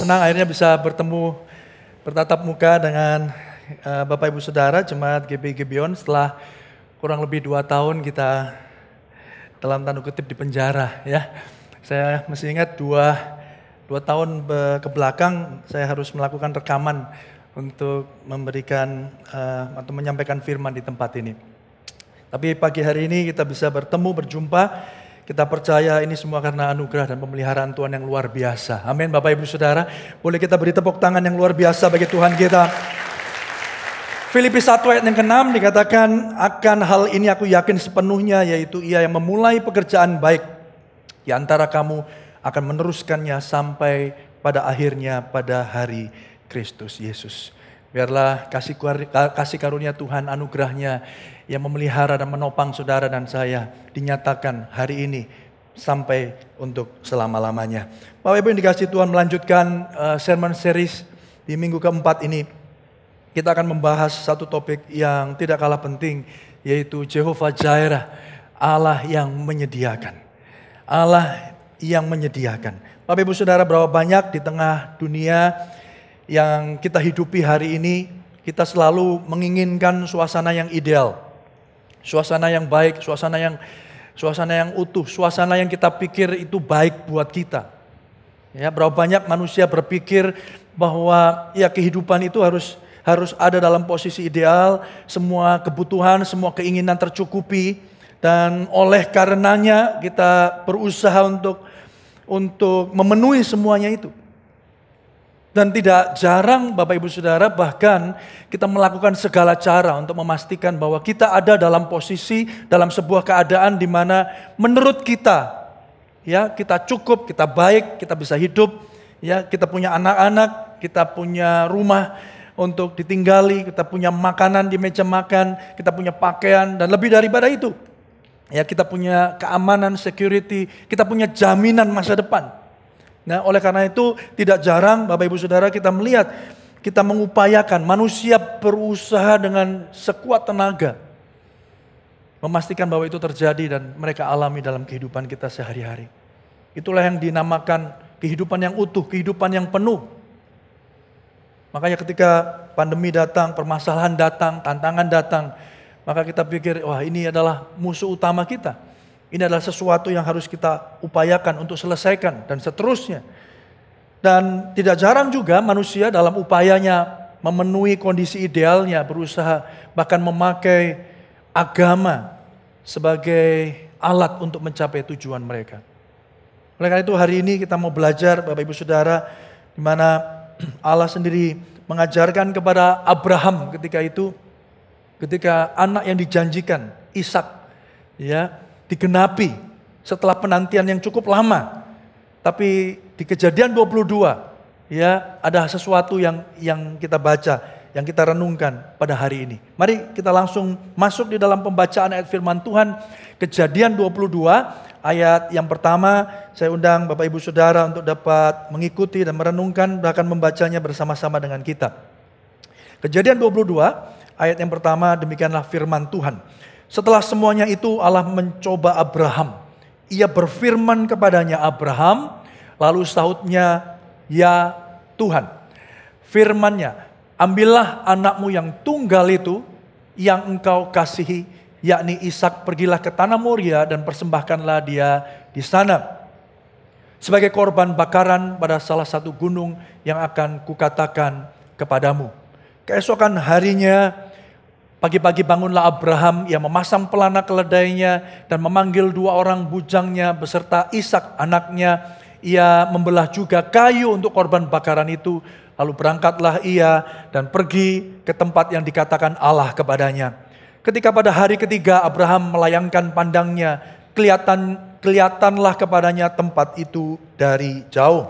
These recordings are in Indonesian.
senang akhirnya bisa bertatap muka dengan Bapak Ibu Saudara Jemaat GBI Gibeon setelah kurang lebih 2 tahun kita dalam tanda kutip di penjara ya. Saya masih ingat dua tahun ke belakang saya harus melakukan rekaman untuk memberikan atau menyampaikan firman di tempat ini. Tapi pagi hari ini kita bisa bertemu, berjumpa. Kita percaya ini semua karena anugerah dan pemeliharaan Tuhan yang luar biasa. Amin Bapak Ibu Saudara. Boleh kita beri tepuk tangan yang luar biasa bagi Tuhan kita. Filipi 1 ayat yang ke-6 dikatakan, akan hal ini aku yakin sepenuhnya, yaitu Ia yang memulai pekerjaan baik di antara kamu akan meneruskannya sampai pada akhirnya pada hari Kristus Yesus. Biarlah kasih karunia Tuhan, anugerahnya yang memelihara dan menopang saudara dan saya dinyatakan hari ini sampai untuk selama-lamanya. Bapak Ibu yang dikasihi Tuhan, melanjutkan sermon series di minggu keempat ini. Kita akan membahas satu topik yang tidak kalah penting, yaitu Jehovah Jireh, Allah yang menyediakan. Allah yang menyediakan. Bapak Ibu Saudara, berapa banyak di tengah dunia yang kita hidupi hari ini, kita selalu menginginkan suasana yang ideal. Suasana yang baik, suasana yang utuh, suasana yang kita pikir itu baik buat kita. Ya, berapa banyak manusia berpikir bahwa ya kehidupan itu harus ada dalam posisi ideal, semua kebutuhan, semua keinginan tercukupi, dan oleh karenanya kita berusaha untuk memenuhi semuanya itu. Dan tidak jarang Bapak Ibu Saudara, bahkan kita melakukan segala cara untuk memastikan bahwa kita ada dalam posisi, dalam sebuah keadaan di mana menurut kita, ya kita cukup, kita baik, kita bisa hidup, ya kita punya anak-anak, kita punya rumah untuk ditinggali, kita punya makanan di meja makan, kita punya pakaian, dan lebih daripada itu, ya kita punya keamanan, security, kita punya jaminan masa depan. Nah, oleh karena itu tidak jarang Bapak Ibu Saudara kita melihat, kita mengupayakan, manusia berusaha dengan sekuat tenaga memastikan bahwa itu terjadi dan mereka alami dalam kehidupan kita sehari-hari. Itulah yang dinamakan kehidupan yang utuh, kehidupan yang penuh. Makanya ketika pandemi datang, permasalahan datang, tantangan datang, maka kita pikir, wah ini adalah musuh utama kita. Ini adalah sesuatu yang harus kita upayakan untuk selesaikan dan seterusnya. Dan tidak jarang juga manusia dalam upayanya memenuhi kondisi idealnya berusaha bahkan memakai agama sebagai alat untuk mencapai tujuan mereka. Oleh karena itu hari ini kita mau belajar Bapak Ibu Saudara, di mana Allah sendiri mengajarkan kepada Abraham ketika anak yang dijanjikan Ishak ya digenapi setelah penantian yang cukup lama. Tapi di Kejadian 22 ya ada sesuatu yang kita baca, yang kita renungkan pada hari ini. Mari kita langsung masuk di dalam pembacaan ayat firman Tuhan. Kejadian 22 ayat yang pertama, saya undang Bapak Ibu Saudara untuk dapat mengikuti dan merenungkan bahkan membacanya bersama-sama dengan kita. Kejadian 22 ayat yang pertama, demikianlah firman Tuhan. Setelah semuanya itu Allah mencoba Abraham. Ia berfirman kepadanya, Abraham, lalu sahutnya, ya Tuhan. Firman-Nya, ambillah anakmu yang tunggal itu, yang engkau kasihi, yakni Ishak, pergilah ke tanah Moria dan persembahkanlah dia di sana sebagai korban bakaran pada salah satu gunung yang akan kukatakan kepadamu. Keesokan harinya, pagi-pagi bangunlah Abraham, ia memasang pelana keledainya dan memanggil 2 orang bujangnya beserta Ishak anaknya. Ia membelah juga kayu untuk korban bakaran itu. Lalu berangkatlah ia dan pergi ke tempat yang dikatakan Allah kepadanya. Ketika pada hari ketiga Abraham melayangkan pandangnya, kelihatanlah kepadanya tempat itu dari jauh.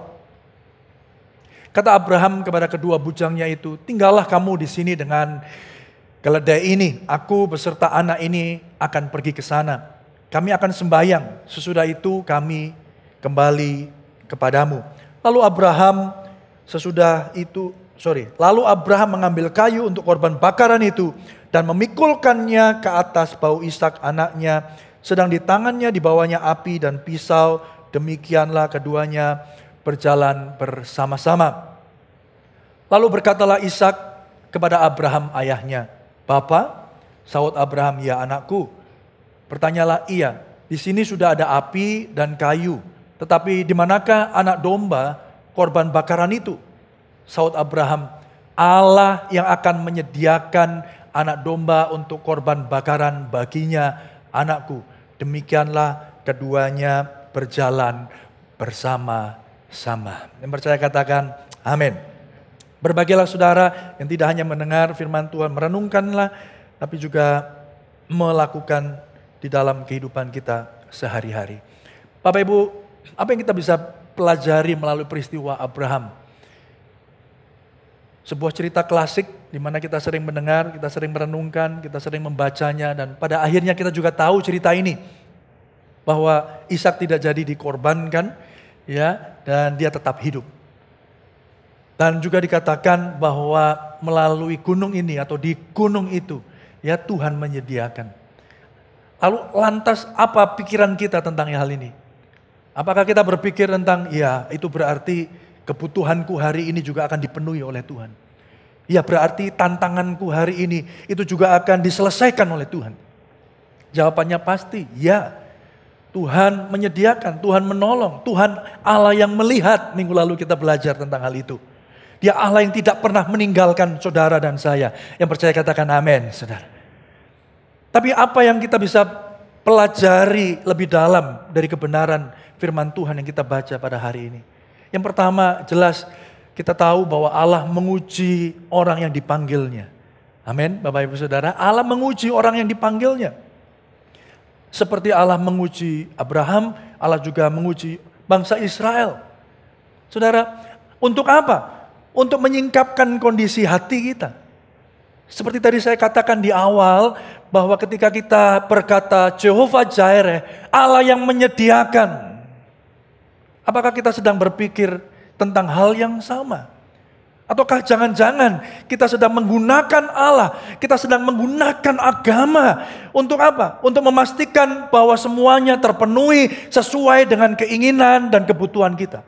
Kata Abraham kepada kedua bujangnya itu, tinggallah kamu di sini dengan keledai ini, aku beserta anak ini akan pergi ke sana. Kami akan sembahyang, sesudah itu kami kembali kepadamu. Lalu Abraham mengambil kayu untuk korban bakaran itu dan memikulkannya ke atas bahu Ishak anaknya, sedang di tangannya dibawanya api dan pisau. Demikianlah keduanya berjalan bersama-sama. Lalu berkatalah Ishak kepada Abraham ayahnya, "Bapa?" Sahut Abraham, "Ya anakku." Bertanyalah ia, "Di sini sudah ada api dan kayu, tetapi di manakah anak domba korban bakaran itu?" Sahut Abraham, "Allah yang akan menyediakan anak domba untuk korban bakaran baginya, anakku." Demikianlah keduanya berjalan bersama-sama. Yang percaya katakan amin. Berbagilah saudara yang tidak hanya mendengar firman Tuhan, merenungkanlah, tapi juga melakukan di dalam kehidupan kita sehari-hari. Bapak Ibu, apa yang kita bisa pelajari melalui peristiwa Abraham? Sebuah cerita klasik di mana kita sering mendengar, kita sering merenungkan, kita sering membacanya, dan pada akhirnya kita juga tahu cerita ini. Bahwa Ishak tidak jadi dikorbankan, ya, dan dia tetap hidup. Dan juga dikatakan bahwa melalui gunung ini atau di gunung itu, ya, Tuhan menyediakan. Lalu lantas apa pikiran kita tentang hal ini? Apakah kita berpikir tentang, ya itu berarti kebutuhanku hari ini juga akan dipenuhi oleh Tuhan. Ya berarti tantanganku hari ini itu juga akan diselesaikan oleh Tuhan. Jawabannya pasti, ya. Tuhan menyediakan, Tuhan menolong, Tuhan Allah yang melihat. Minggu lalu kita belajar tentang hal itu. Dia Allah yang tidak pernah meninggalkan saudara dan saya. Yang percaya katakan amin, saudara. Tapi apa yang kita bisa pelajari lebih dalam dari kebenaran firman Tuhan yang kita baca pada hari ini? Yang pertama, jelas kita tahu bahwa Allah menguji orang yang dipanggilnya. Amin, Bapak Ibu Saudara. Allah menguji orang yang dipanggilnya. Seperti Allah menguji Abraham, Allah juga menguji bangsa Israel. Saudara, untuk apa? Untuk menyingkapkan kondisi hati kita. Seperti tadi saya katakan di awal, bahwa ketika kita berkata Jehovah Jireh, Allah yang menyediakan. Apakah kita sedang berpikir tentang hal yang sama? Ataukah jangan-jangan kita sedang menggunakan Allah, kita sedang menggunakan agama untuk apa? Untuk memastikan bahwa semuanya terpenuhi sesuai dengan keinginan dan kebutuhan kita.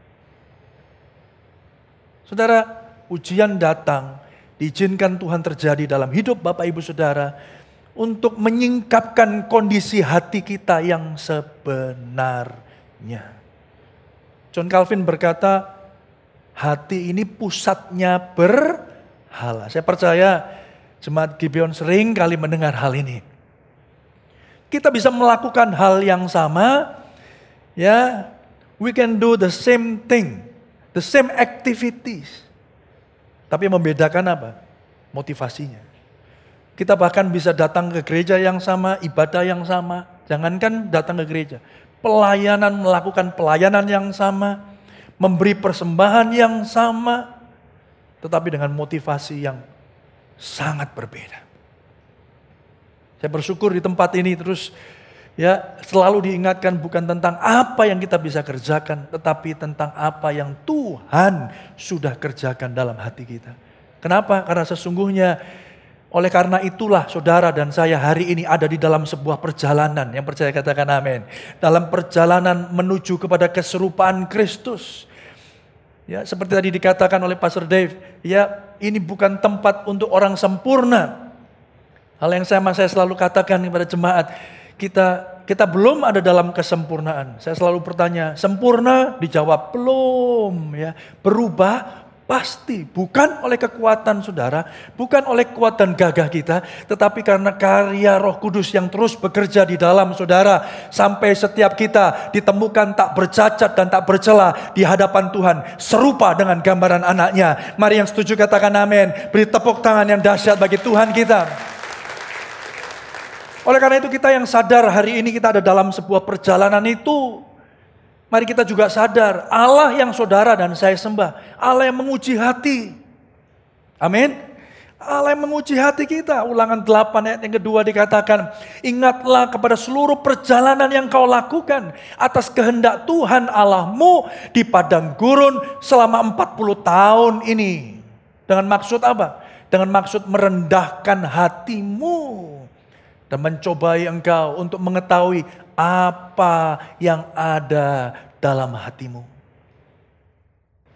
Saudara, ujian datang, diizinkan Tuhan terjadi dalam hidup Bapak Ibu Saudara untuk menyingkapkan kondisi hati kita yang sebenarnya. John Calvin berkata, hati ini pusatnya berhala. Saya percaya jemaat Gibeon sering kali mendengar hal ini. Kita bisa melakukan hal yang sama, ya, we can do the same thing, the same activities. Tapi yang membedakan apa? Motivasinya. Kita bahkan bisa datang ke gereja yang sama, ibadah yang sama. Jangankan datang ke gereja, pelayanan, melakukan pelayanan yang sama, memberi persembahan yang sama, tetapi dengan motivasi yang sangat berbeda. Saya bersyukur di tempat ini terus, ya, selalu diingatkan bukan tentang apa yang kita bisa kerjakan, tetapi tentang apa yang Tuhan sudah kerjakan dalam hati kita. Kenapa? Karena sesungguhnya oleh karena itulah saudara dan saya hari ini ada di dalam sebuah perjalanan. Yang percaya katakan amin. Dalam perjalanan menuju kepada keserupaan Kristus. Ya, seperti tadi dikatakan oleh Pastor Dave, ya, ini bukan tempat untuk orang sempurna. Hal yang sama saya selalu katakan kepada jemaat, kita belum ada dalam kesempurnaan. Saya selalu bertanya, sempurna? Dijawab belum, ya. Berubah pasti, bukan oleh kekuatan saudara, bukan oleh kekuatan gagah kita, tetapi karena karya Roh Kudus yang terus bekerja di dalam saudara, sampai setiap kita ditemukan tak bercacat dan tak bercela di hadapan Tuhan, serupa dengan gambaran anaknya. Mari yang setuju katakan amin. Beri tepuk tangan yang dahsyat bagi Tuhan kita. Oleh karena itu kita yang sadar hari ini kita ada dalam sebuah perjalanan itu, mari kita juga sadar Allah yang saudara dan saya sembah, Allah yang menguji hati. Amin. Allah yang menguji hati kita. Ulangan 8 ayat yang kedua dikatakan, ingatlah kepada seluruh perjalanan yang kau lakukan atas kehendak Tuhan Allahmu di padang gurun selama 40 tahun ini. Dengan maksud apa? Dengan maksud merendahkan hatimu dan mencobai engkau untuk mengetahui apa yang ada dalam hatimu.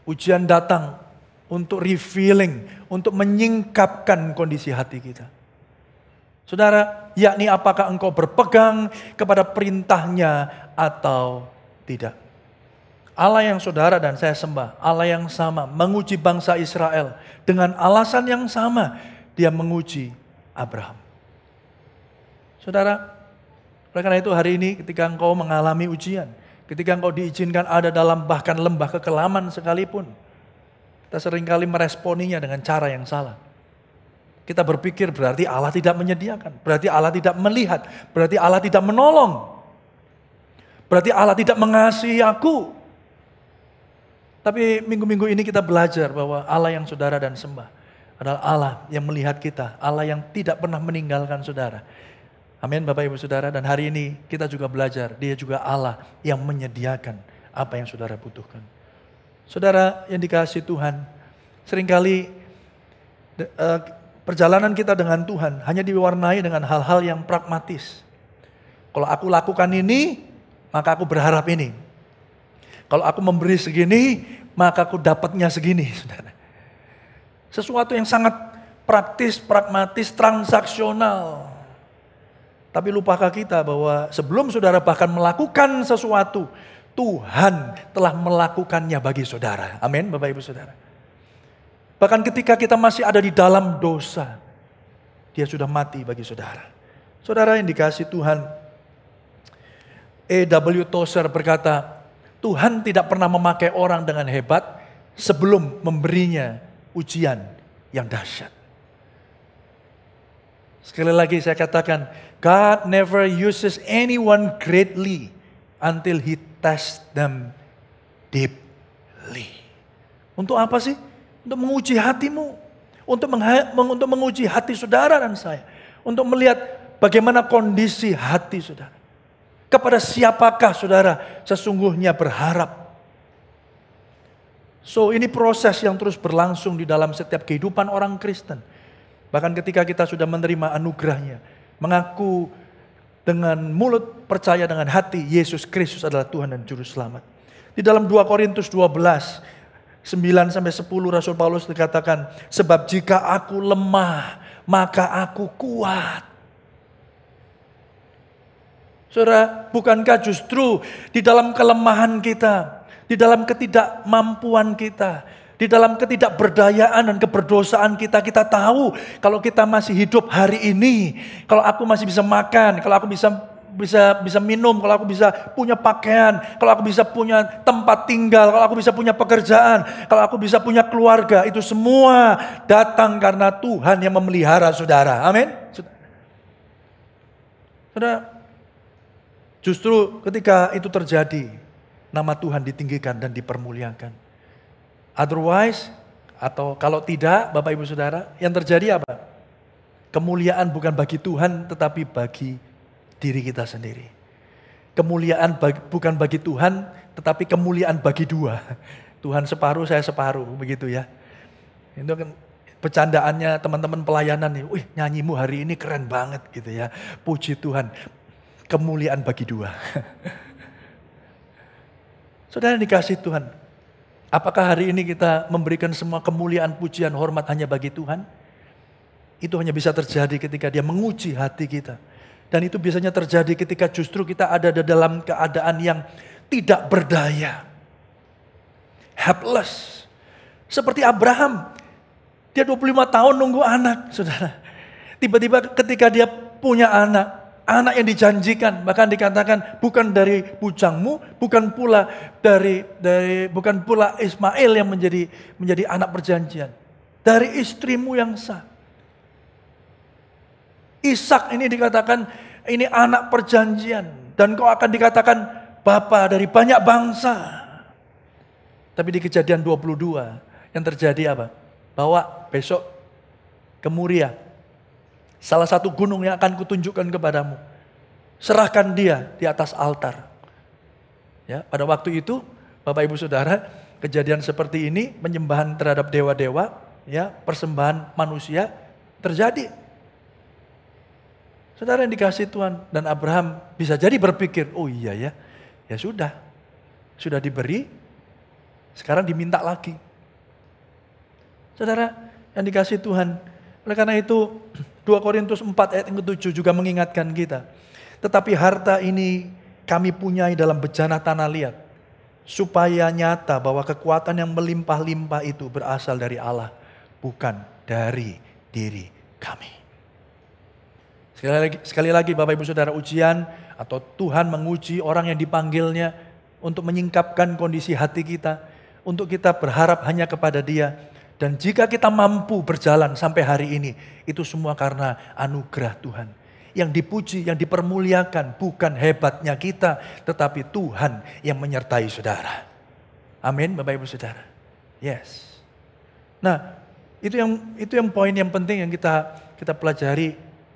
Ujian datang untuk revealing, untuk menyingkapkan kondisi hati kita. Saudara, yakni apakah engkau berpegang kepada perintahnya atau tidak. Allah yang saudara dan saya sembah, Allah yang sama menguji bangsa Israel dengan alasan yang sama. Dia menguji Abraham. Saudara, oleh karena itu hari ini ketika engkau mengalami ujian, ketika engkau diizinkan ada dalam bahkan lembah kekelaman sekalipun, kita seringkali meresponinya dengan cara yang salah. Kita berpikir berarti Allah tidak menyediakan, berarti Allah tidak melihat, berarti Allah tidak menolong, berarti Allah tidak mengasihi aku. Tapi minggu-minggu ini kita belajar bahwa Allah yang saudara dan sembah adalah Allah yang melihat kita, Allah yang tidak pernah meninggalkan saudara. Amin Bapak Ibu Saudara, dan hari ini kita juga belajar, Dia juga Allah yang menyediakan apa yang saudara butuhkan. Saudara yang dikasihi Tuhan, seringkali perjalanan kita dengan Tuhan hanya diwarnai dengan hal-hal yang pragmatis. Kalau aku lakukan ini, maka aku berharap ini. Kalau aku memberi segini, maka aku dapatnya segini. Saudara. Sesuatu yang sangat praktis, pragmatis, transaksional. Tapi lupakah kita bahwa sebelum saudara bahkan melakukan sesuatu, Tuhan telah melakukannya bagi saudara. Amin Bapak Ibu Saudara. Bahkan ketika kita masih ada di dalam dosa, Dia sudah mati bagi saudara. Saudara yang dikasihi Tuhan, E.W. Tozer berkata, Tuhan tidak pernah memakai orang dengan hebat sebelum memberinya ujian yang dahsyat. Sekali lagi saya katakan, God never uses anyone greatly until He tests them deeply. Untuk apa sih? Untuk menguji hatimu, untuk menguji hati saudara dan saya, untuk melihat bagaimana kondisi hati saudara. Kepada siapakah saudara sesungguhnya berharap? So ini proses yang terus berlangsung di dalam setiap kehidupan orang Kristen. Bahkan ketika kita sudah menerima anugerahnya, mengaku dengan mulut, percaya dengan hati, Yesus Kristus adalah Tuhan dan Juru Selamat. Di dalam 2 Korintus 12, 9-10 Rasul Paulus dikatakan, sebab jika aku lemah, maka aku kuat. Saudara, bukankah justru di dalam kelemahan kita, di dalam ketidakmampuan kita, di dalam ketidakberdayaan dan keberdosaan kita, kita tahu kalau kita masih hidup hari ini, kalau aku masih bisa makan, kalau aku bisa minum, kalau aku bisa punya pakaian, kalau aku bisa punya tempat tinggal, kalau aku bisa punya pekerjaan, kalau aku bisa punya keluarga, itu semua datang karena Tuhan yang memelihara saudara. Amin. Saudara, justru ketika itu terjadi, nama Tuhan ditinggikan dan dipermuliakan. Otherwise, atau kalau tidak, Bapak Ibu Saudara, yang terjadi apa? Kemuliaan bukan bagi Tuhan, tetapi bagi diri kita sendiri. Kemuliaan bukan bagi Tuhan, tetapi kemuliaan bagi dua. Tuhan separuh, saya separuh, begitu ya. Itu kan bercandaannya teman-teman pelayanan nih. Wih, nyanyimu hari ini keren banget gitu ya. Puji Tuhan. Kemuliaan bagi dua. Saudara yang dikasihi Tuhan, apakah hari ini kita memberikan semua kemuliaan, pujian, hormat hanya bagi Tuhan? Itu hanya bisa terjadi ketika Dia menguji hati kita. Dan itu biasanya terjadi ketika justru kita ada dalam keadaan yang tidak berdaya. Helpless. Seperti Abraham. Dia 25 tahun nunggu anak, saudara. Tiba-tiba ketika dia punya anak yang dijanjikan, bahkan dikatakan bukan dari bujangmu, bukan pula Ismail yang menjadi anak perjanjian, dari istrimu yang sah. Ishak ini dikatakan ini anak perjanjian, dan kau akan dikatakan bapa dari banyak bangsa. Tapi di Kejadian 22 yang terjadi apa? Bawa besok ke Moria, salah satu gunung yang akan kutunjukkan kepadamu. Serahkan dia di atas altar. Ya, pada waktu itu, Bapak Ibu Saudara, kejadian seperti ini, penyembahan terhadap dewa-dewa, ya, persembahan manusia terjadi. Saudara yang dikasihi Tuhan, dan Abraham bisa jadi berpikir, oh iya ya, ya sudah diberi, Sekarang diminta lagi. Saudara yang dikasihi Tuhan, oleh karena itu 2 Korintus 4 ayat yang ke-7 juga mengingatkan kita. Tetapi harta ini kami punyai dalam bejana tanah liat, supaya nyata bahwa kekuatan yang melimpah-limpah itu berasal dari Allah, bukan dari diri kami. Sekali lagi Bapak Ibu Saudara, ujian atau Tuhan menguji orang yang dipanggilnya untuk menyingkapkan kondisi hati kita, untuk kita berharap hanya kepada Dia. Dan jika kita mampu berjalan sampai hari ini, itu semua karena anugerah Tuhan. Yang dipuji, yang dipermuliakan bukan hebatnya kita, tetapi Tuhan yang menyertai saudara. Amin Bapak Ibu Saudara. Yes. Nah, itu yang poin yang penting yang kita pelajari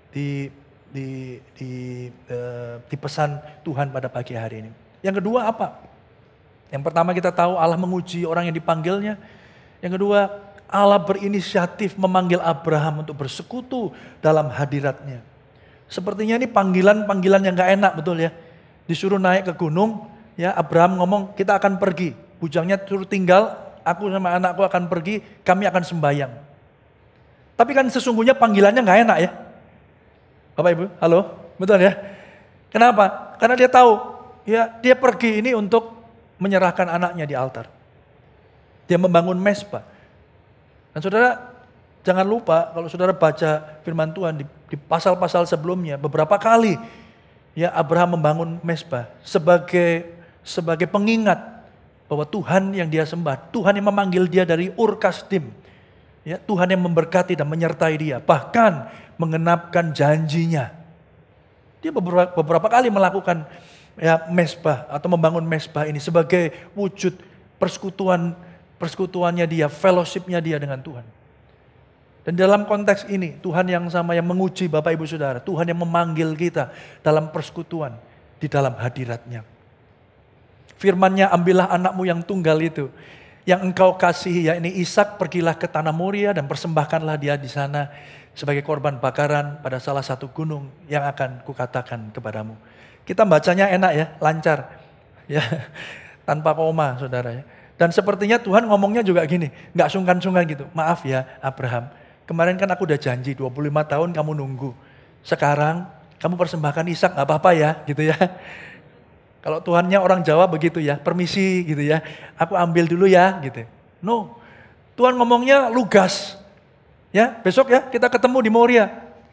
di pesan Tuhan pada pagi hari ini. Yang kedua apa? Yang pertama kita tahu Allah menguji orang yang dipanggilnya. Yang kedua, Allah berinisiatif memanggil Abraham untuk bersekutu dalam hadiratnya. Sepertinya ini panggilan yang gak enak, betul ya. Disuruh naik ke gunung, ya Abraham ngomong kita akan pergi. Bujangnya suruh tinggal, aku sama anakku akan pergi, kami akan sembahyang. Tapi kan sesungguhnya panggilannya gak enak ya. Bapak Ibu, halo, betul ya. Kenapa? Karena dia tahu, ya dia pergi ini untuk menyerahkan anaknya di altar. Dia membangun mezbah. Dan saudara jangan lupa kalau saudara baca firman Tuhan di pasal-pasal sebelumnya, beberapa kali ya Abraham membangun mezbah sebagai pengingat bahwa Tuhan yang dia sembah, Tuhan yang memanggil dia dari Ur Kasdim. Ya, Tuhan yang memberkati dan menyertai dia, bahkan mengenapkan janjinya. Dia beberapa kali melakukan ya mezbah atau membangun mezbah ini sebagai wujud persekutuannya dia, fellowshipnya dia dengan Tuhan. Dan dalam konteks ini, Tuhan yang sama yang menguji Bapak Ibu Saudara, Tuhan yang memanggil kita dalam persekutuan di dalam hadiratnya. Firman-Nya, ambillah anakmu yang tunggal itu, yang engkau kasihi, yakni Ishak, pergilah ke tanah Moria dan persembahkanlah dia di sana sebagai korban bakaran pada salah satu gunung yang akan kukatakan kepadamu. Kita bacanya enak ya, lancar, ya, tanpa koma, saudara ya. Dan sepertinya Tuhan ngomongnya juga gini, nggak sungkan-sungkan gitu. Maaf ya Abraham, kemarin kan aku udah janji 25 tahun kamu nunggu. Sekarang kamu persembahkan Ishak, nggak apa-apa ya, gitu ya. Kalau Tuhannya orang Jawa begitu ya, permisi gitu ya. Aku ambil dulu ya, gitu. No, Tuhan ngomongnya lugas. Ya, besok ya kita ketemu di Moria.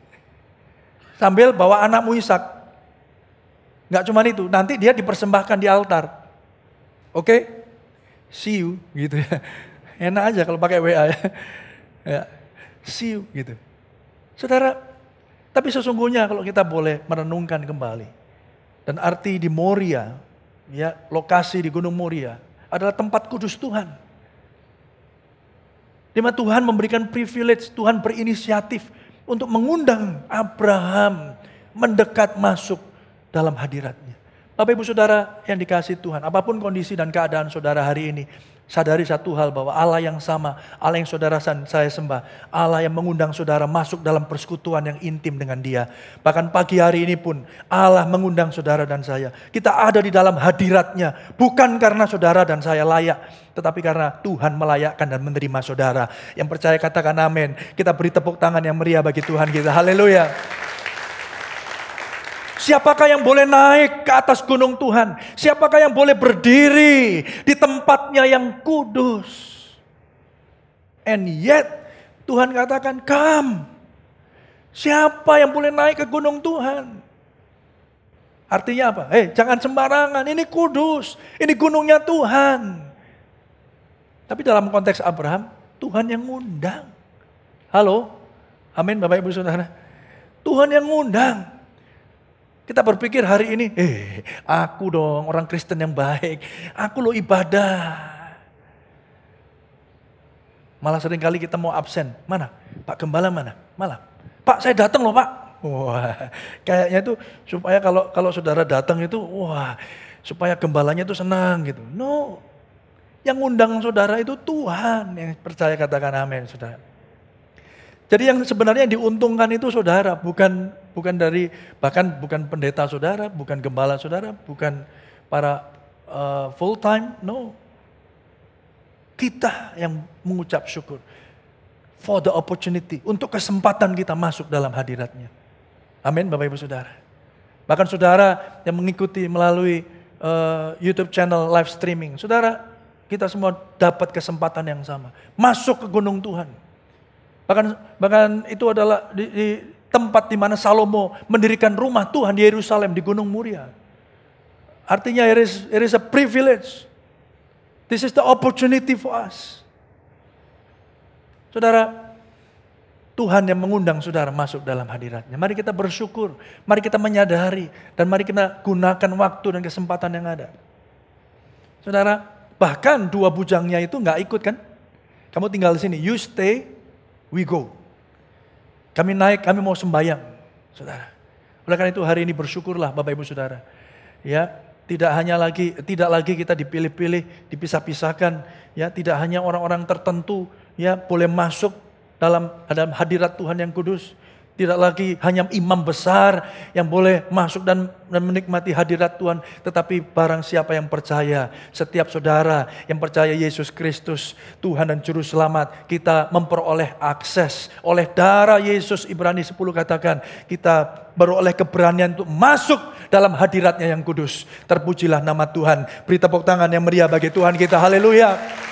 Sambil bawa anakmu Ishak. Nggak cuma itu, nanti dia dipersembahkan di altar. Oke? See you gitu ya. Enak aja kalau pakai WA ya. Ya. See you gitu. Saudara, tapi sesungguhnya kalau kita boleh merenungkan kembali, dan arti di Moria, ya, lokasi di Gunung Moria adalah tempat kudus Tuhan. Di mana Tuhan memberikan privilege, Tuhan berinisiatif untuk mengundang Abraham mendekat masuk dalam hadiratnya. Bapak Ibu Saudara yang dikasihi Tuhan, apapun kondisi dan keadaan saudara hari ini, sadari satu hal bahwa Allah yang sama, Allah yang saudara saya sembah, Allah yang mengundang saudara masuk dalam persekutuan yang intim dengan Dia. Bahkan pagi hari ini pun Allah mengundang saudara dan saya. Kita ada di dalam hadiratnya, bukan karena saudara dan saya layak, tetapi karena Tuhan melayakkan dan menerima saudara. Yang percaya katakan amin. Kita beri tepuk tangan yang meriah bagi Tuhan kita. Haleluya. Siapakah yang boleh naik ke atas gunung Tuhan? Siapakah yang boleh berdiri di tempatnya yang kudus? And yet, Tuhan katakan, come. Siapa yang boleh naik ke gunung Tuhan? Artinya apa? Jangan sembarangan, ini kudus. Ini gunungnya Tuhan. Tapi dalam konteks Abraham, Tuhan yang ngundang. Halo? Amin Bapak Ibu Saudara. Tuhan yang ngundang. Kita berpikir hari ini, aku dong orang Kristen yang baik. Aku loh ibadah. Malah seringkali kita mau absen. Mana? Pak Gembala mana? Malah. Pak saya datang loh Pak. Wah, kayaknya itu supaya kalau saudara datang itu, wah, supaya gembalanya itu senang gitu. No, yang ngundang saudara itu Tuhan. Yang percaya katakan amin saudara. Jadi yang sebenarnya diuntungkan itu saudara, bukan bukan pendeta saudara, bukan gembala saudara, bukan para full time, no. Kita yang mengucap syukur. For the opportunity. Untuk kesempatan kita masuk dalam hadiratnya. Amin Bapak Ibu Saudara. Bahkan saudara yang mengikuti melalui YouTube channel live streaming. Saudara, kita semua dapat kesempatan yang sama. Masuk ke gunung Tuhan. Bahkan itu adalah di tempat di mana Salomo mendirikan rumah Tuhan di Yerusalem, di Gunung Muria. Artinya it is a privilege. This is the opportunity for us. Saudara, Tuhan yang mengundang saudara masuk dalam hadiratnya. Mari kita bersyukur, mari kita menyadari, dan mari kita gunakan waktu dan kesempatan yang ada. Saudara, bahkan dua bujangnya itu nggak ikut kan? Kamu tinggal di sini, you stay, we go. Kami naik, kami mau sembahyang, saudara. Oleh karena itu hari ini bersyukurlah Bapak Ibu Saudara. Ya, tidak lagi kita dipilih-pilih, dipisah-pisahkan. Ya, tidak hanya orang-orang tertentu ya boleh masuk dalam hadirat Tuhan yang kudus. Tidak lagi hanya imam besar yang boleh masuk dan menikmati hadirat Tuhan. Tetapi barang siapa yang percaya, setiap saudara yang percaya Yesus Kristus, Tuhan dan Juru Selamat, kita memperoleh akses. Oleh darah Yesus, Ibrani 10 katakan, kita beroleh keberanian untuk masuk dalam hadiratnya yang kudus. Terpujilah nama Tuhan. Beri tepuk tangan yang meriah bagi Tuhan kita. Haleluya.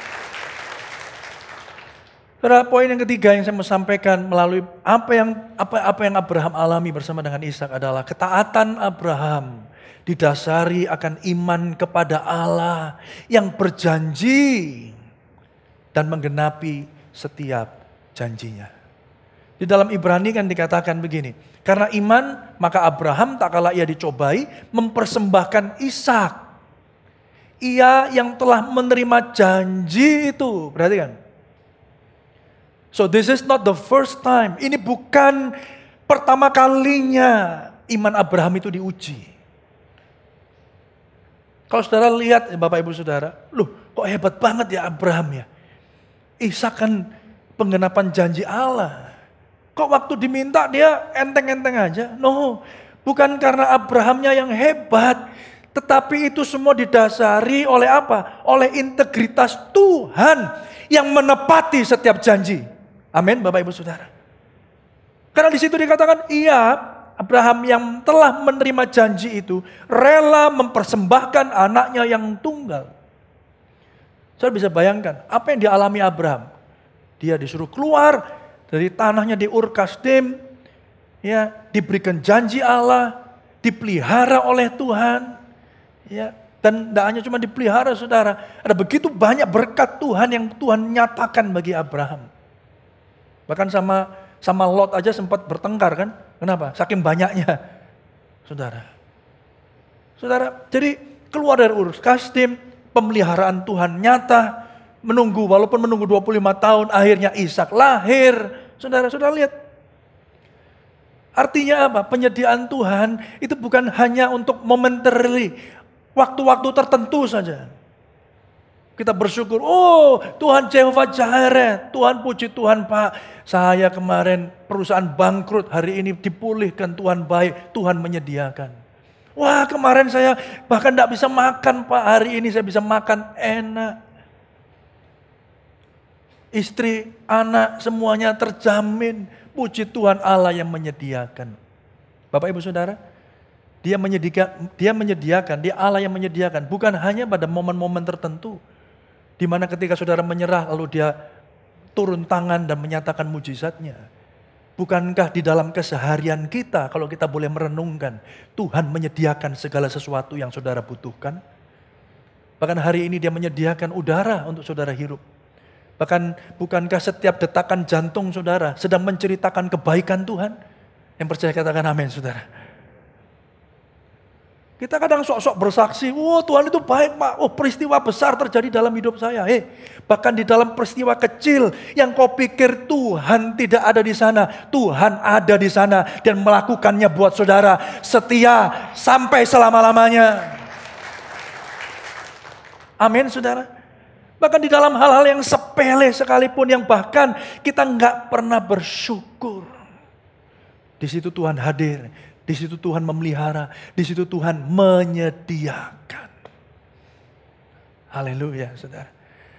Saudara, poin yang ketiga yang saya mau sampaikan melalui apa yang Abraham alami bersama dengan Ishak adalah ketaatan Abraham didasari akan iman kepada Allah yang berjanji dan menggenapi setiap janjinya. Di dalam Ibrani kan dikatakan begini, karena iman maka Abraham tak kala ia dicobai mempersembahkan Ishak. Ia yang telah menerima janji itu, perhatikan. So this is not the first time. Ini bukan pertama kalinya iman Abraham itu diuji. Kalau saudara lihat Bapak Ibu Saudara, loh kok hebat banget ya Abraham ya. Ishak kan penggenapan janji Allah. Kok waktu diminta dia enteng-enteng aja? No, bukan karena Abrahamnya yang hebat. Tetapi itu semua didasari oleh apa? Oleh integritas Tuhan yang menepati setiap janji. Amin Bapak Ibu Saudara. Karena di situ dikatakan iya, Abraham yang telah menerima janji itu rela mempersembahkan anaknya yang tunggal. Saudara bisa bayangkan apa yang dialami Abraham. Dia disuruh keluar dari tanahnya di Ur Kasdim, ya, diberikan janji Allah, dipelihara oleh Tuhan, ya. Dan tidak hanya cuma dipelihara saudara, ada begitu banyak berkat Tuhan yang Tuhan nyatakan bagi Abraham. Bahkan sama Lot aja sempat bertengkar kan? Kenapa? Saking banyaknya. Saudara, jadi keluar dari Ur Kasdim, pemeliharaan Tuhan nyata, walaupun menunggu 25 tahun, akhirnya Ishak lahir. Saudara lihat. Artinya apa? Penyediaan Tuhan itu bukan hanya untuk momentarily, waktu-waktu tertentu saja. Kita bersyukur, oh Tuhan Jehovah Jireh, Tuhan puji Tuhan Pak. Saya kemarin perusahaan bangkrut, hari ini dipulihkan Tuhan baik, Tuhan menyediakan. Wah kemarin saya bahkan tidak bisa makan Pak, hari ini saya bisa makan enak. Istri, anak semuanya terjamin, puji Tuhan Allah yang menyediakan. Bapak Ibu Saudara, Dia menyediakan, Dia Allah yang menyediakan, bukan hanya pada momen-momen tertentu. Di mana ketika saudara menyerah lalu Dia turun tangan dan menyatakan mujizatnya. Bukankah di dalam keseharian kita kalau kita boleh merenungkan, Tuhan menyediakan segala sesuatu yang saudara butuhkan. Bahkan hari ini Dia menyediakan udara untuk saudara hirup. Bahkan bukankah setiap detakan jantung saudara sedang menceritakan kebaikan Tuhan? Yang percaya katakan amin saudara. Kita kadang sok-sok bersaksi, Tuhan itu baik Pak, peristiwa besar terjadi dalam hidup saya. Bahkan di dalam peristiwa kecil yang kau pikir Tuhan tidak ada di sana, Tuhan ada di sana dan melakukannya buat saudara setia sampai selama-lamanya. Amin saudara. Bahkan di dalam hal-hal yang sepele sekalipun yang bahkan kita nggak pernah bersyukur. Di situ Tuhan hadir. Di situ Tuhan memelihara, di situ Tuhan menyediakan. Haleluya, saudara.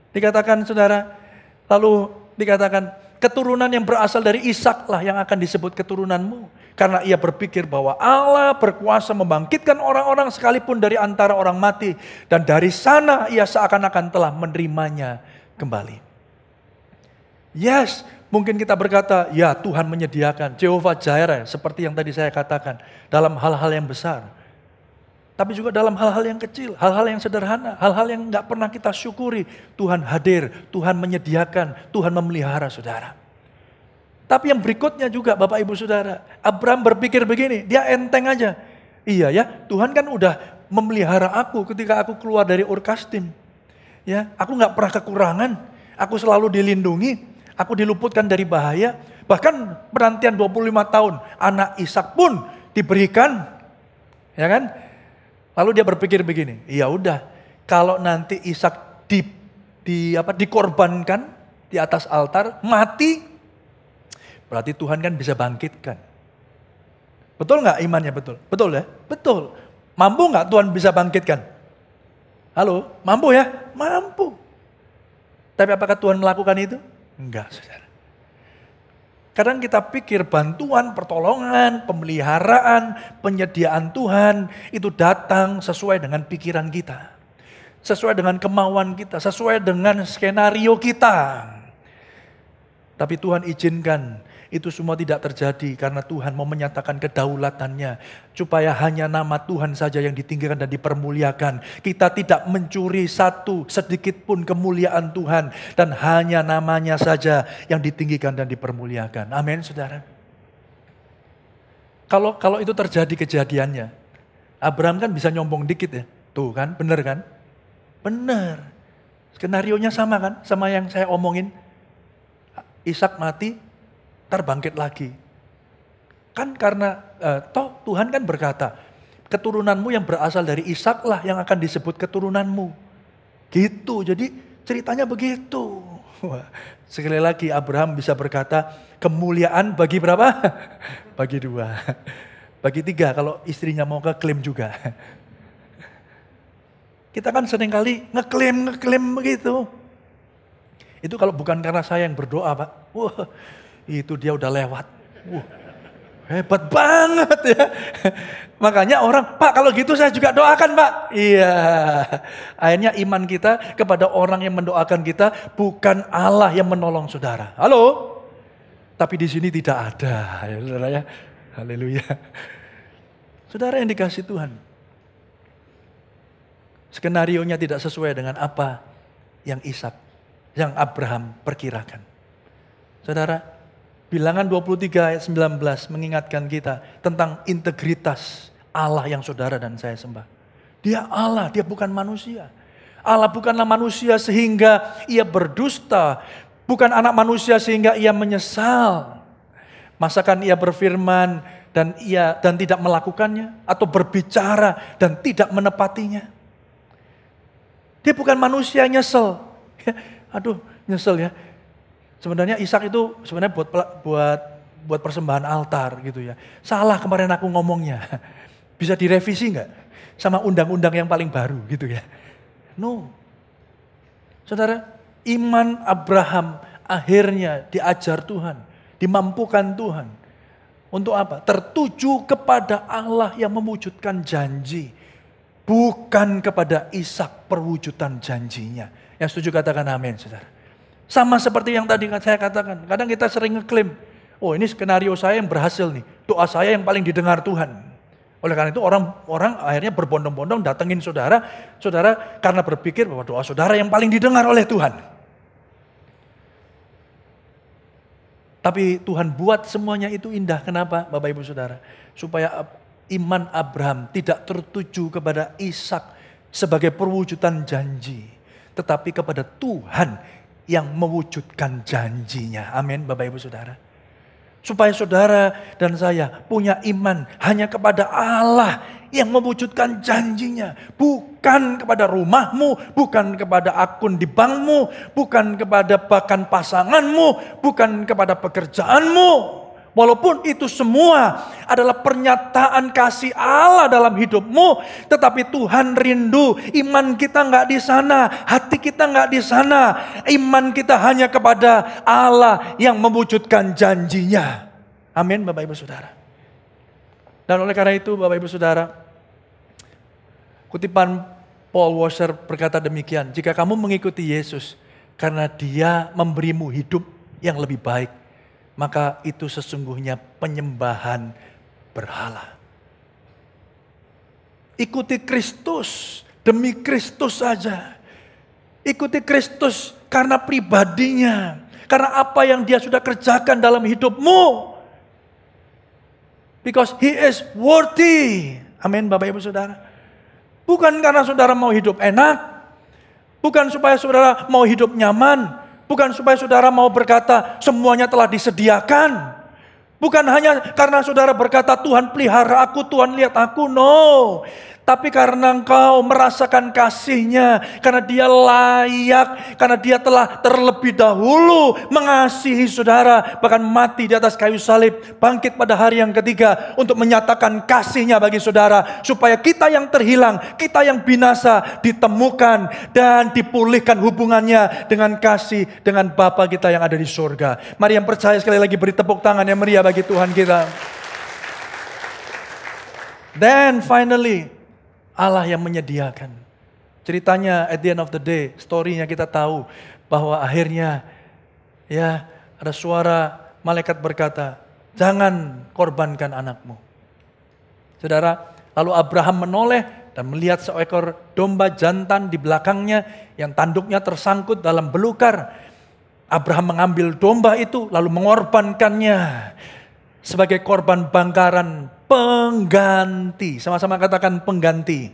Dikatakan saudara, lalu dikatakan keturunan yang berasal dari Ishak lah yang akan disebut keturunanmu. Karena ia berpikir bahwa Allah berkuasa membangkitkan orang-orang sekalipun dari antara orang mati. Dan dari sana ia seakan-akan telah menerimanya kembali. Yes, mungkin kita berkata, ya Tuhan menyediakan, Jehovah Jireh, seperti yang tadi saya katakan, dalam hal-hal yang besar. Tapi juga dalam hal-hal yang kecil, hal-hal yang sederhana, hal-hal yang gak pernah kita syukuri. Tuhan hadir, Tuhan menyediakan, Tuhan memelihara saudara. Tapi yang berikutnya juga Bapak Ibu Saudara, Abraham berpikir begini, dia enteng aja. Iya ya, Tuhan kan udah memelihara aku ketika aku keluar dari Ur Kasdim. Ya, aku gak pernah kekurangan, aku selalu dilindungi, aku diluputkan dari bahaya. Bahkan penantian 25 tahun, anak Ishak pun diberikan, ya kan? Lalu dia berpikir begini, ya udah, kalau nanti Ishak dikorbankan di atas altar, mati, berarti Tuhan kan bisa bangkitkan. Betul nggak imannya betul? Betul ya? Betul. Mampu nggak Tuhan bisa bangkitkan? Halo, mampu ya? Mampu. Tapi apakah Tuhan melakukan itu? Enggak, saudara. Kadang kita pikir bantuan, pertolongan, pemeliharaan, penyediaan Tuhan itu datang sesuai dengan pikiran kita. Sesuai dengan kemauan kita, sesuai dengan skenario kita. Tapi Tuhan izinkan itu semua tidak terjadi karena Tuhan mau menyatakan kedaulatannya. Supaya hanya nama Tuhan saja yang ditinggikan dan dipermuliakan. Kita tidak mencuri sedikit pun kemuliaan Tuhan. Dan hanya namanya saja yang ditinggikan dan dipermuliakan. Amin saudara. Kalau itu terjadi kejadiannya. Abraham kan bisa nyombong dikit ya. Tuh kan, bener kan? Bener. Skenarionya sama kan? Sama yang saya omongin. Ishak mati, terbangkit lagi. Kan karena Tuhan kan berkata, keturunanmu yang berasal dari Ishak lah yang akan disebut keturunanmu. Gitu, jadi ceritanya begitu. Wah, sekali lagi Abraham bisa berkata, kemuliaan bagi berapa? Bagi 2. Bagi 3 kalau istrinya mau ngeklaim juga. Kita kan seringkali ngeklaim begitu. Itu kalau bukan karena saya yang berdoa Pak. Wah, itu dia udah lewat. Wah, hebat banget ya. Makanya orang, Pak kalau gitu saya juga doakan Pak. Iya. Akhirnya iman kita kepada orang yang mendoakan kita. Bukan Allah yang menolong saudara. Halo? Tapi di sini tidak ada. Ya saudara ya. Haleluya. Saudara yang dikasih Tuhan. Skenarionya tidak sesuai dengan apa yang yang Abraham perkirakan. Saudara, Bilangan 23 ayat 19 mengingatkan kita tentang integritas Allah yang saudara dan saya sembah. Dia Allah, dia bukan manusia. Allah bukanlah manusia sehingga ia berdusta. Bukan anak manusia sehingga ia menyesal. Masakan ia berfirman dan tidak melakukannya. Atau berbicara dan tidak menepatinya. Dia bukan manusia nyesel. Aduh, nyesel ya. Sebenarnya Ishak itu sebenarnya buat persembahan altar gitu ya. Salah kemarin aku ngomongnya. Bisa direvisi enggak? Sama undang-undang yang paling baru gitu ya. No. Saudara, iman Abraham akhirnya diajar Tuhan. Dimampukan Tuhan. Untuk apa? Tertuju kepada Allah yang mewujudkan janji. Bukan kepada Ishak perwujudan janjinya. Yang setuju katakan amin saudara. Sama seperti yang tadi saya katakan. Kadang kita sering ngeklaim, oh ini skenario saya yang berhasil nih. Doa saya yang paling didengar Tuhan. Oleh karena itu orang akhirnya berbondong-bondong datengin saudara. Saudara karena berpikir bahwa doa saudara yang paling didengar oleh Tuhan. Tapi Tuhan buat semuanya itu indah. Kenapa Bapak Ibu Saudara? Supaya iman Abraham tidak tertuju kepada Ishak sebagai perwujudan janji. Tetapi kepada Tuhan yang mewujudkan janjinya. Amin Bapak Ibu Saudara. Supaya saudara dan saya punya iman hanya kepada Allah yang mewujudkan janjinya. Bukan kepada rumahmu, bukan kepada akun di bankmu, bukan kepada bahkan pasanganmu, bukan kepada pekerjaanmu. Walaupun itu semua adalah pernyataan kasih Allah dalam hidupmu, tetapi Tuhan rindu iman kita nggak di sana, hati kita nggak di sana. Iman kita hanya kepada Allah yang mewujudkan janjinya. Amin, Bapak Ibu Saudara. Dan oleh karena itu, Bapak Ibu Saudara, kutipan Paul Washer berkata demikian, jika kamu mengikuti Yesus karena Dia memberimu hidup yang lebih baik, maka itu sesungguhnya penyembahan berhala. Ikuti Kristus demi Kristus saja. Ikuti Kristus karena pribadinya, karena apa yang Dia sudah kerjakan dalam hidupmu. Because He is worthy. Amin, Bapak Ibu Saudara. Bukan karena saudara mau hidup enak, bukan supaya saudara mau hidup nyaman, bukan supaya saudara mau berkata semuanya telah disediakan. Bukan hanya karena saudara berkata Tuhan pelihara aku, Tuhan lihat aku. No. Tapi karena engkau merasakan kasih-Nya, karena Dia layak, karena Dia telah terlebih dahulu mengasihi saudara, bahkan mati di atas kayu salib, bangkit pada hari yang ketiga untuk menyatakan kasih-Nya bagi saudara, supaya kita yang terhilang, kita yang binasa ditemukan dan dipulihkan hubungannya dengan kasih dengan Bapa kita yang ada di surga. Mari yang percaya sekali lagi beri tepuk tangan yang meriah bagi Tuhan kita. Then finally, Allah yang menyediakan. Ceritanya at the end of the day, story-nya kita tahu bahwa akhirnya ya ada suara malaikat berkata, jangan korbankan anakmu. Saudara, lalu Abraham menoleh dan melihat seekor domba jantan di belakangnya yang tanduknya tersangkut dalam belukar. Abraham mengambil domba itu lalu mengorbankannya sebagai korban bangkaran pengganti. Sama-sama katakan pengganti.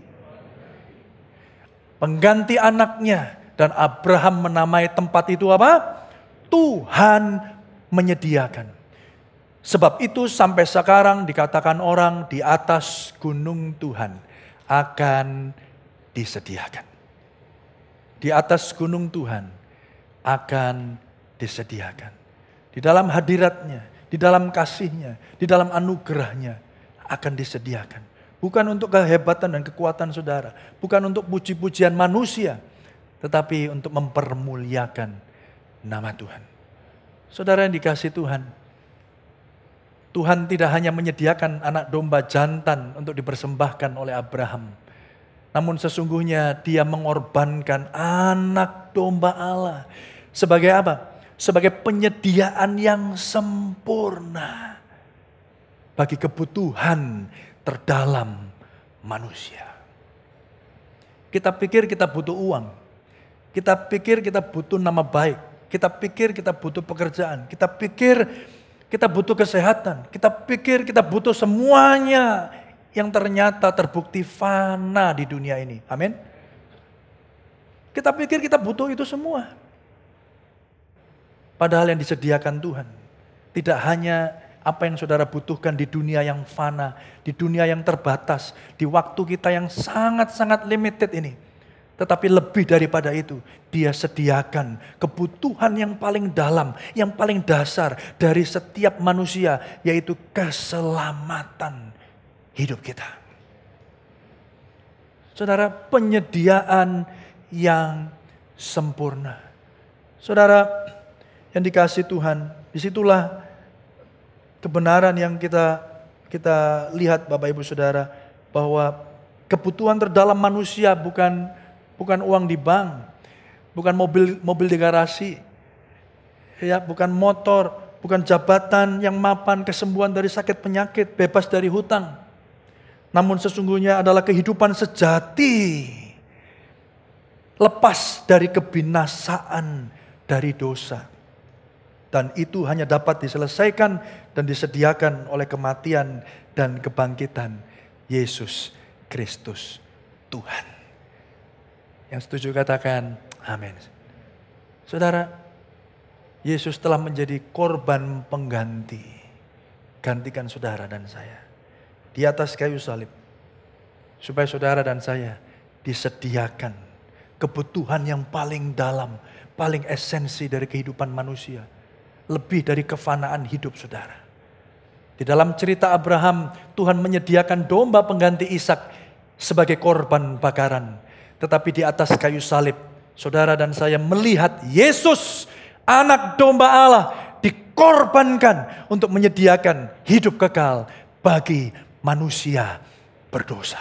Pengganti anaknya. Dan Abraham menamai tempat itu apa? Tuhan menyediakan. Sebab itu sampai sekarang dikatakan orang di atas gunung Tuhan akan disediakan. Di atas gunung Tuhan akan disediakan. Di dalam hadirat-Nya, di dalam kasih-Nya, di dalam anugerah-Nya akan disediakan. Bukan untuk kehebatan dan kekuatan saudara. Bukan untuk puji-pujian manusia. Tetapi untuk mempermuliakan nama Tuhan. Saudara yang dikasihi Tuhan. Tuhan tidak hanya menyediakan anak domba jantan untuk dipersembahkan oleh Abraham. Namun sesungguhnya Dia mengorbankan anak domba Allah. Sebagai apa? Sebagai penyediaan yang sempurna bagi kebutuhan terdalam manusia. Kita pikir kita butuh uang. Kita pikir kita butuh nama baik. Kita pikir kita butuh pekerjaan. Kita pikir kita butuh kesehatan. Kita pikir kita butuh semuanya yang ternyata terbukti fana di dunia ini. Amin. Kita pikir kita butuh itu semua. Padahal yang disediakan Tuhan tidak hanya apa yang saudara butuhkan di dunia yang fana, di dunia yang terbatas, di waktu kita yang sangat-sangat limited ini. Tetapi lebih daripada itu, Dia sediakan kebutuhan yang paling dalam, yang paling dasar dari setiap manusia, yaitu keselamatan hidup kita. Saudara, penyediaan yang sempurna. Saudara yang dikasihi Tuhan, disitulah kebenaran yang kita lihat Bapak Ibu Saudara, bahwa kebutuhan terdalam manusia bukan uang di bank, bukan mobil di garasi, ya, bukan motor, bukan jabatan yang mapan, kesembuhan dari sakit penyakit, bebas dari hutang. Namun sesungguhnya adalah kehidupan sejati, lepas dari kebinasaan dari dosa. Dan itu hanya dapat diselesaikan dan disediakan oleh kematian dan kebangkitan Yesus Kristus Tuhan. Yang setuju katakan amin. Saudara, Yesus telah menjadi korban pengganti. Gantikan saudara dan saya di atas kayu salib. Supaya saudara dan saya disediakan kebutuhan yang paling dalam, paling esensi dari kehidupan manusia. Lebih dari kefanaan hidup saudara. Di dalam cerita Abraham, Tuhan menyediakan domba pengganti Ishak sebagai korban bakaran. Tetapi di atas kayu salib, saudara dan saya melihat Yesus, anak domba Allah, dikorbankan untuk menyediakan hidup kekal bagi manusia berdosa.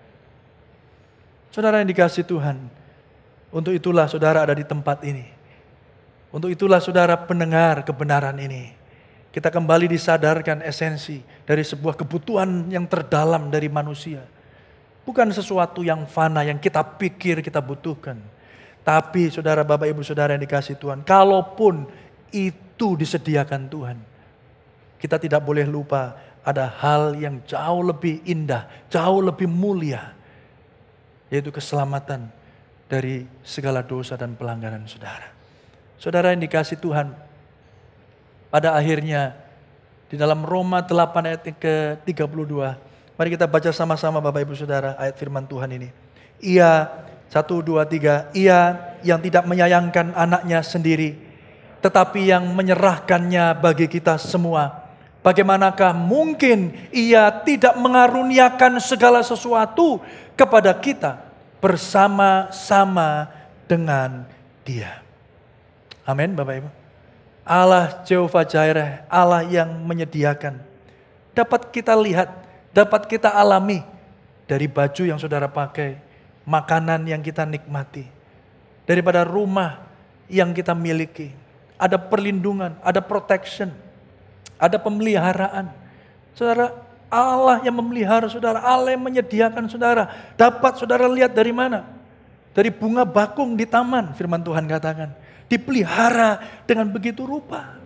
Saudara yang dikasihi Tuhan, untuk itulah saudara ada di tempat ini. Untuk itulah saudara pendengar kebenaran ini. Kita kembali disadarkan esensi dari sebuah kebutuhan yang terdalam dari manusia. Bukan sesuatu yang fana yang kita pikir kita butuhkan. Tapi saudara, Bapak, Ibu, saudara yang dikasihi Tuhan, kalaupun itu disediakan Tuhan, kita tidak boleh lupa ada hal yang jauh lebih indah, jauh lebih mulia, yaitu keselamatan dari segala dosa dan pelanggaran saudara. Saudara yang dikasihi Tuhan, pada akhirnya di dalam Roma 8 ayat ke-32, mari kita baca sama-sama Bapak Ibu Saudara ayat firman Tuhan ini. Ia, 1, 2, 3, ia yang tidak menyayangkan anaknya sendiri, tetapi yang menyerahkannya bagi kita semua. Bagaimanakah mungkin ia tidak mengaruniakan segala sesuatu kepada kita bersama-sama dengan Dia. Amin Bapak Ibu. Allah Jehovah Jireh, Allah yang menyediakan. Dapat kita lihat, dapat kita alami dari baju yang saudara pakai, makanan yang kita nikmati, daripada rumah yang kita miliki. Ada perlindungan, ada protection, ada pemeliharaan. Saudara, Allah yang memelihara saudara, Allah yang menyediakan saudara. Dapat saudara lihat dari mana? Dari bunga bakung di taman, firman Tuhan katakan. Dipelihara dengan begitu rupa.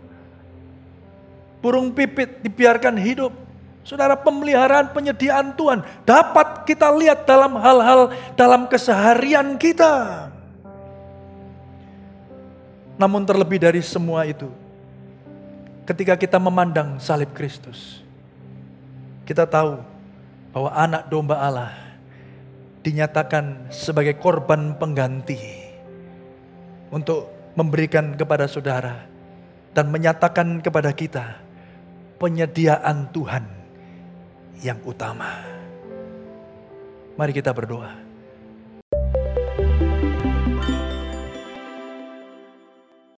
Burung pipit dibiarkan hidup. Saudara, pemeliharaan, penyediaan Tuhan dapat kita lihat dalam hal-hal dalam keseharian kita. Namun terlebih dari semua itu, ketika kita memandang salib Kristus, kita tahu bahwa anak domba Allah dinyatakan sebagai korban pengganti untuk memberikan kepada saudara dan menyatakan kepada kita penyediaan Tuhan yang utama. Mari kita berdoa.